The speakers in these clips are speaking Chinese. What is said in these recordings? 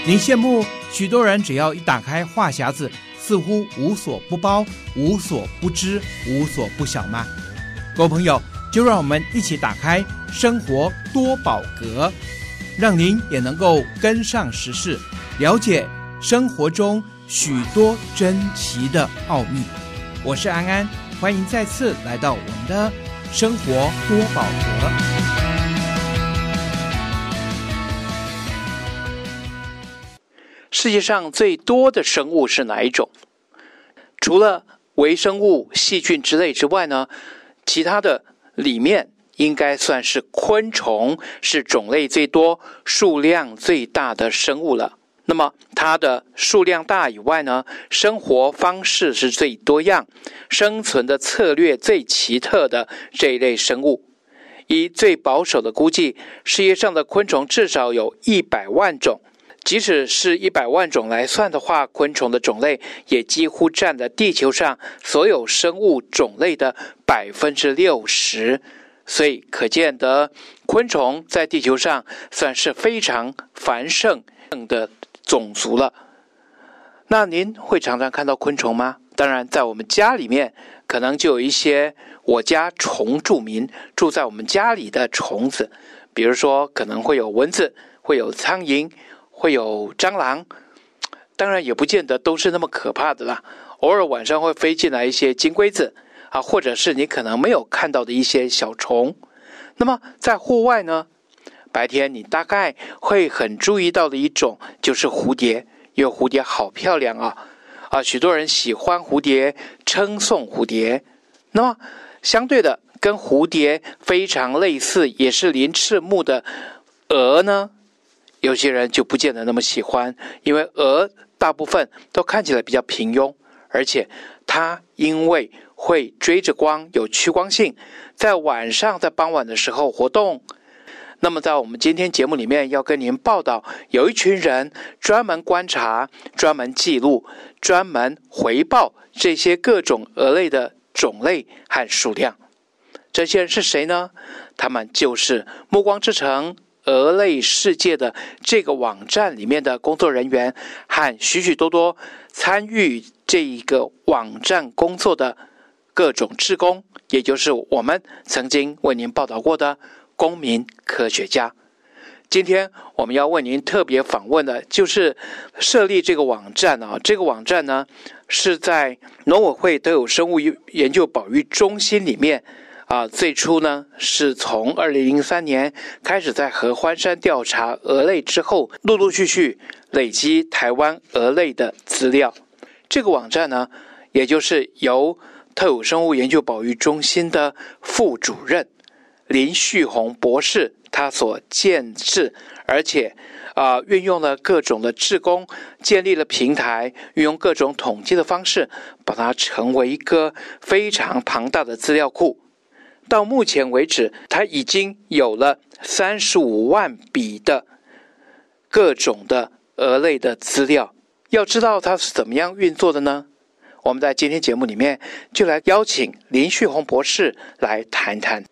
您羡慕许多人只要一打开话匣子，似乎无所不包、无所不知、无所不晓吗？各位朋友，就让我们一起打开生活多宝阁，让您也能够跟上时事，了解生活中许多珍奇的奥秘。我是安安，欢迎再次来到我们的生活多宝阁。 世界上最多的生物是哪一种？除了微生物、细菌之类之外呢，其他的里面应该算是昆虫，是种类最多、数量最大的生物了。那么它的数量大以外呢，生活方式是最多样、生存的策略最奇特的这一类生物。以最保守的估计，世界上的昆虫至少有100万种。即使是100万种来算的话，昆虫的种类也几乎占了地球上所有生物种类的60%，所以可见得昆虫在地球上算是非常繁盛的种族了。那您会常常看到昆虫吗？当然，在我们家里面可能就有一些我家虫住民住在我们家里的虫子，比如说可能会有蚊子，会有苍蝇，会有蟑螂，当然也不见得都是那么可怕的啦。偶尔晚上会飞进来一些金龟子啊，或者是你可能没有看到的一些小虫。那么在户外呢，白天你大概会很注意到的一种就是蝴蝶，因为蝴蝶好漂亮啊，许多人喜欢蝴蝶，称颂蝴蝶。那么相对的，跟蝴蝶非常类似，也是鳞翅目的蛾呢，有些人就不见得那么喜欢，因为蛾大部分都看起来比较平庸，而且它因为会追着光，有趋光性，在晚上在傍晚的时候活动。那么在我们今天节目里面要跟您报道，有一群人专门观察、专门记录、专门回报这些各种蛾类的种类和数量。这些人是谁呢？他们就是暮光之城蛾类世界的这个网站里面的工作人员和许许多多参与这一个网站工作的各种志工，也就是我们曾经为您报道过的公民科学家。今天我们要为您特别访问的就是设立这个网站这个网站呢是在农委会都有生物研究保育中心里面最初呢是从2003年开始在合欢山调查蛾类之后，陆陆续续累积台湾蛾类的资料。这个网站呢，也就是由特有生物研究保育中心的副主任林旭宏博士他所建制，而且运用了各种的志工，建立了平台，运用各种统计的方式，把它成为一个非常庞大的资料库。到目前为止，它已经有了35万笔的各种的蛾类的资料。要知道它是怎么样运作的呢？我们在今天节目里面就来邀请林旭宏博士来谈谈。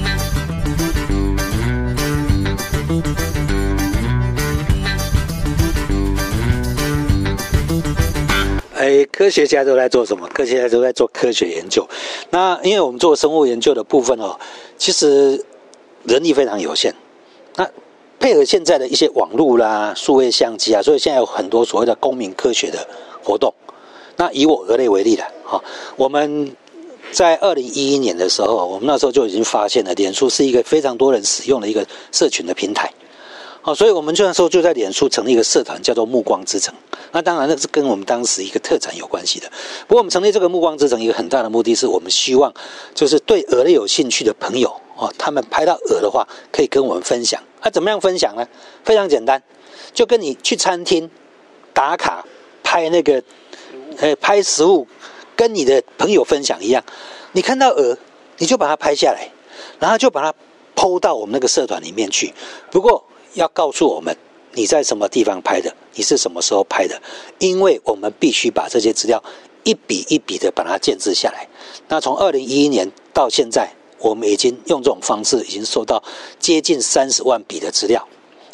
科学家都在做什么？科学家都在做科学研究。那因为我们做生物研究的部分其实人力非常有限。那配合现在的一些网络啦、数位相机所以现在有很多所谓的公民科学的活动。那以我蛾类为例我们在2011年的时候，我们那时候就已经发现了脸书是一个非常多人使用的一个社群的平台。所以我们那时候就在脸书成立一个社团，叫做暮光之城。那当然那是跟我们当时一个特展有关系的。不过我们成立这个暮光之城一个很大的目的是，我们希望就是对蛾类有兴趣的朋友他们拍到蛾的话，可以跟我们分享。怎么样分享呢？非常简单，就跟你去餐厅打卡拍那个拍食物，跟你的朋友分享一样。你看到蛾，你就把它拍下来，然后就把它 PO 到我们那个社团里面去。不过要告诉我们你在什么地方拍的，你是什么时候拍的，因为我们必须把这些资料一笔一笔的把它建制下来。那从2011年到现在，我们已经用这种方式已经收到接近30万笔的资料。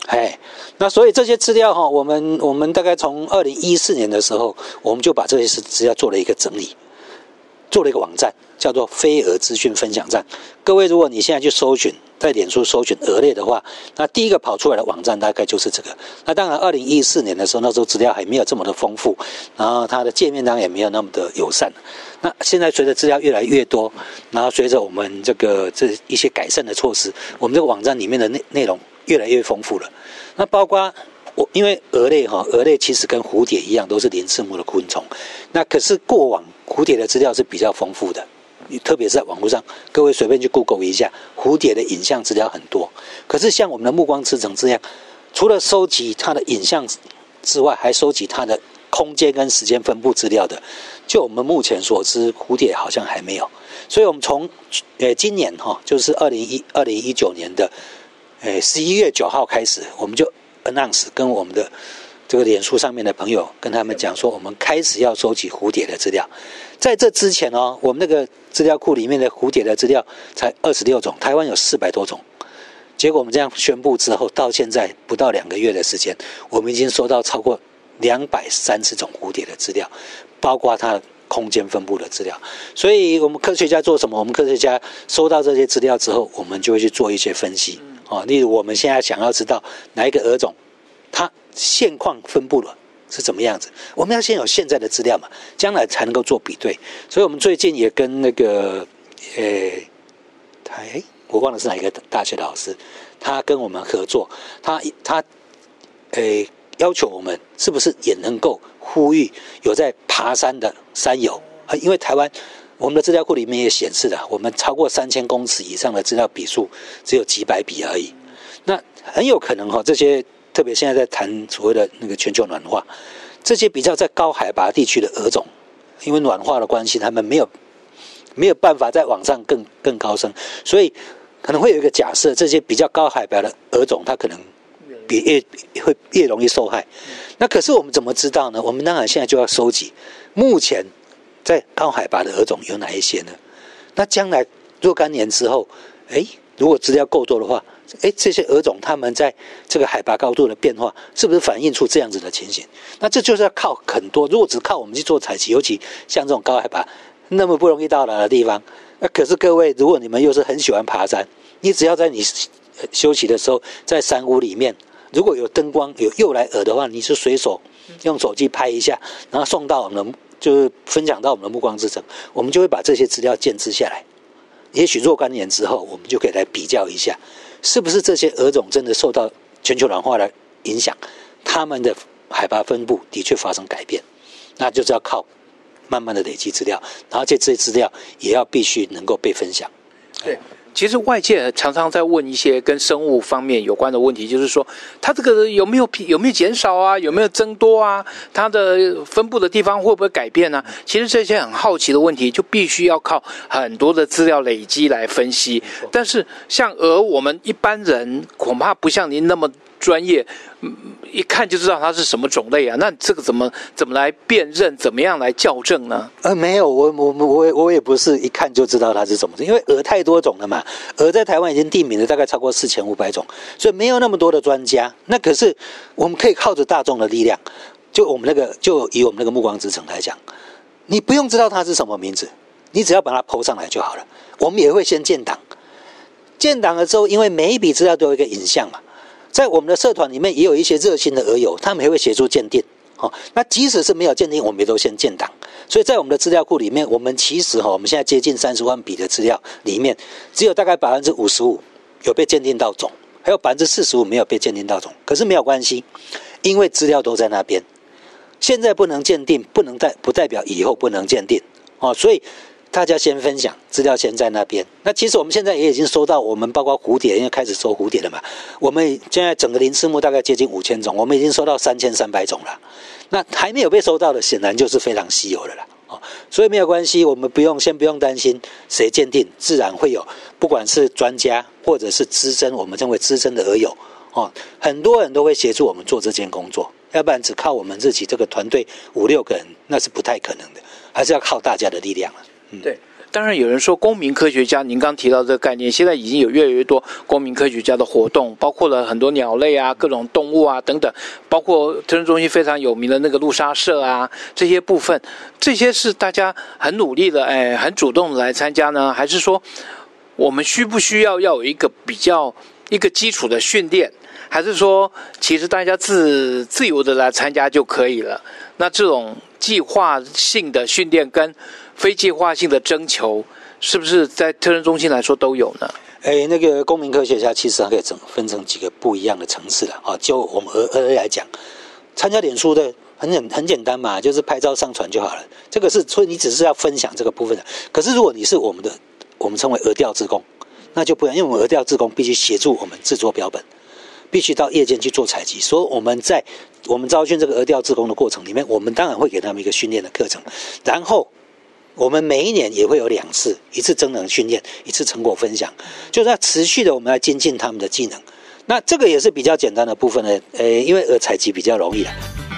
那所以这些资料哈，我们大概从2014年的时候，我们就把这些资料做了一个整理，做了一个网站，叫做飞蛾资讯分享站。各位，如果你现在去搜寻，在脸书搜寻蛾类的话，那第一个跑出来的网站大概就是这个。那当然2014年的时候，那时候资料还没有这么的丰富，然后它的界面当然也没有那么的友善。那现在随着资料越来越多，然后随着我们这一些改善的措施，我们这个网站里面的内容越来越丰富了。那包括因为蛾类其实跟蝴蝶一样，都是鳞翅目的昆虫。那可是过往蝴蝶的资料是比较丰富的，特别是在网络上，各位随便去 Google 一下，蝴蝶的影像资料很多。可是像我们的目光之城这样，除了收集它的影像之外，还收集它的空间跟时间分布资料的，就我们目前所知，蝴蝶好像还没有。所以我们从今年就是2019年的11月9号开始，我们就 announce 跟我们的这个脸书上面的朋友跟他们讲说，我们开始要收集蝴蝶的资料。在这之前我们那个资料库里面的蝴蝶的资料才26种，台湾有400多种。结果我们这样宣布之后，到现在不到2个月的时间，我们已经收到超过230种蝴蝶的资料，包括它空间分布的资料。所以我们科学家做什么？我们科学家收到这些资料之后，我们就会去做一些分析。例如我们现在想要知道哪一个蛾种它现况分布了是怎么样子，我们要先有现在的资料嘛，将来才能够做比对。所以我们最近也跟那个我忘了是哪一个大学的老师，他跟我们合作，他要求我们是不是也能够呼吁有在爬山的山友，因为台湾我们的资料库里面也显示了，我们超过3000公尺以上的资料笔数只有几百笔而已。那很有可能这些特别现在在谈所谓的那个全球暖化，这些比较在高海拔地区的蛾种，因为暖化的关系，他们没有办法再往上更高升，所以可能会有一个假设，这些比较高海拔的蛾种，它可能会越容易受害。那可是我们怎么知道呢？我们当然现在就要收集目前在高海拔的蛾种有哪一些呢？那将来若干年之后，如果资料够多的话，这些蛾种它们在这个海拔高度的变化，是不是反映出这样子的情形？那这就是要靠很多，如果只靠我们去做采集，尤其像这种高海拔那么不容易到达的地方，那可是各位，如果你们又是很喜欢爬山，你只要在你休息的时候，在山屋里面，如果有灯光有诱来蛾的话，你是随手用手机拍一下，然后送到我们的，就是分享到我们的目光之城，我们就会把这些资料建置下来。也许若干年之后，我们就可以来比较一下，是不是这些蛾种真的受到全球暖化的影响，它们的海拔分布的确发生改变，那就是要靠慢慢的累积资料，然后这些资料也要必须能够被分享。 对。其实外界常常在问一些跟生物方面有关的问题，就是说它这个有没有减少啊，有没有增多啊，它的分布的地方会不会改变啊？其实这些很好奇的问题，就必须要靠很多的资料累积来分析。但是像蛾，我们一般人恐怕不像您那么专业，一看就知道它是什么种类啊。那这个怎么来辨认，怎么样来校正呢？ 没有，我也不是一看就知道它是什么，因为蛾太多种了嘛。蛾在台湾已经定名了大概超过4500种，所以没有那么多的专家。那可是我们可以靠着大众的力量，就以我们那个目光之城来讲，你不用知道它是什么名字，你只要把它 po 上来就好了。我们也会先建档，建档了之后，因为每一笔资料都有一个影像嘛。在我们的社团里面也有一些热心的蛾友，他们也会协助鉴定。那即使是没有鉴定，我们也都先建档。所以在我们的资料库里面，我们其实我们现在接近30万笔的资料里面，只有大概55%有被鉴定到种，还有45%没有被鉴定到种。可是没有关系，因为资料都在那边。现在不能鉴定，不代表以后不能鉴定。所以大家先分享资料，先在那边。那其实我们现在也已经收到，我们包括蝴蝶，因为开始收蝴蝶了嘛，我们现在整个鳞翅目大概接近5000种，我们已经收到3300种了。那还没有被收到的，显然就是非常稀有的了。所以没有关系，我们先不用担心谁鉴定，自然会有，不管是专家或者是我们认为资深的蛾友，很多人都会协助我们做这件工作，要不然只靠我们自己这个团队5-6个人，那是不太可能的，还是要靠大家的力量了。 对， 当然有人说公民科学家，您刚提到这个概念，现在已经有越来越多公民科学家的活动，包括了很多鸟类啊、各种动物啊等等，包括特生中心非常有名的那个陆沙社啊，这些部分，这些是大家很努力的，很主动的来参加呢，还是说我们需不需要有一个基础的训练，还是说其实大家自由的来参加就可以了？那这种计划性的训练跟非计划性的征求，是不是在特生中心来说都有呢？ 那个公民科学家其实还可以分成几个不一样的层次了啊。就我们鹅类来讲，参加脸书的很简单嘛，就是拍照上传就好了。这个是所以你只是要分享这个部分的。可是如果你是我们称为鹅调志工，那就不一样，因为我们鹅调志工必须协助我们制作标本，必须到夜间去做采集。所以我们在我们招训这个鹅调志工的过程里面，我们当然会给他们一个训练的课程，然后我们每一年也会有2次，一次增能训练，一次成果分享，就是要持续的我们来精进他们的技能。那这个也是比较简单的部分呢，因为鹅采集比较容易啦。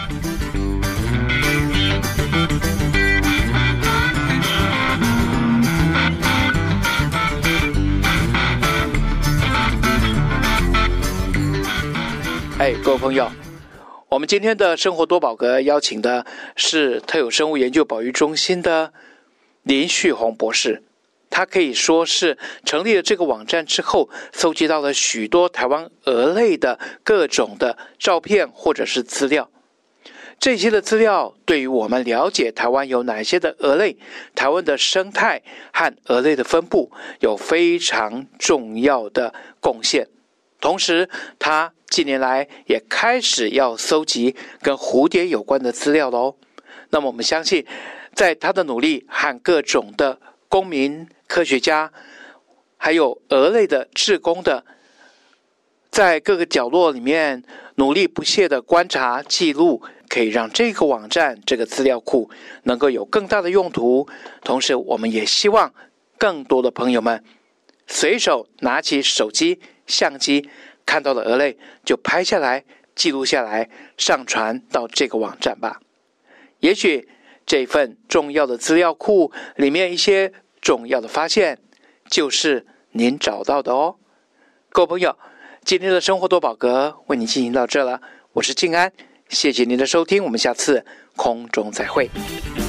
各位朋友，我们今天的生活多宝阁邀请的是特有生物研究保育中心的林旭宏博士，他可以说是成立了这个网站之后，搜集到了许多台湾鹅类的各种的照片或者是资料。这些的资料对于我们了解台湾有哪些的鹅类，台湾的生态和鹅类的分布有非常重要的贡献。同时他近年来也开始要搜集跟蝴蝶有关的资料咯。那么我们相信在他的努力和各种的公民科学家还有鹅类的志工的在各个角落里面努力不懈的观察记录，可以让这个网站这个资料库能够有更大的用途。同时我们也希望更多的朋友们随手拿起手机相机，看到的鹅类就拍下来记录下来，上传到这个网站吧。也许这份重要的资料库里面一些重要的发现就是您找到的哦。各位朋友，今天的生活多宝阁为您进行到这了，我是静安，谢谢您的收听，我们下次空中再会。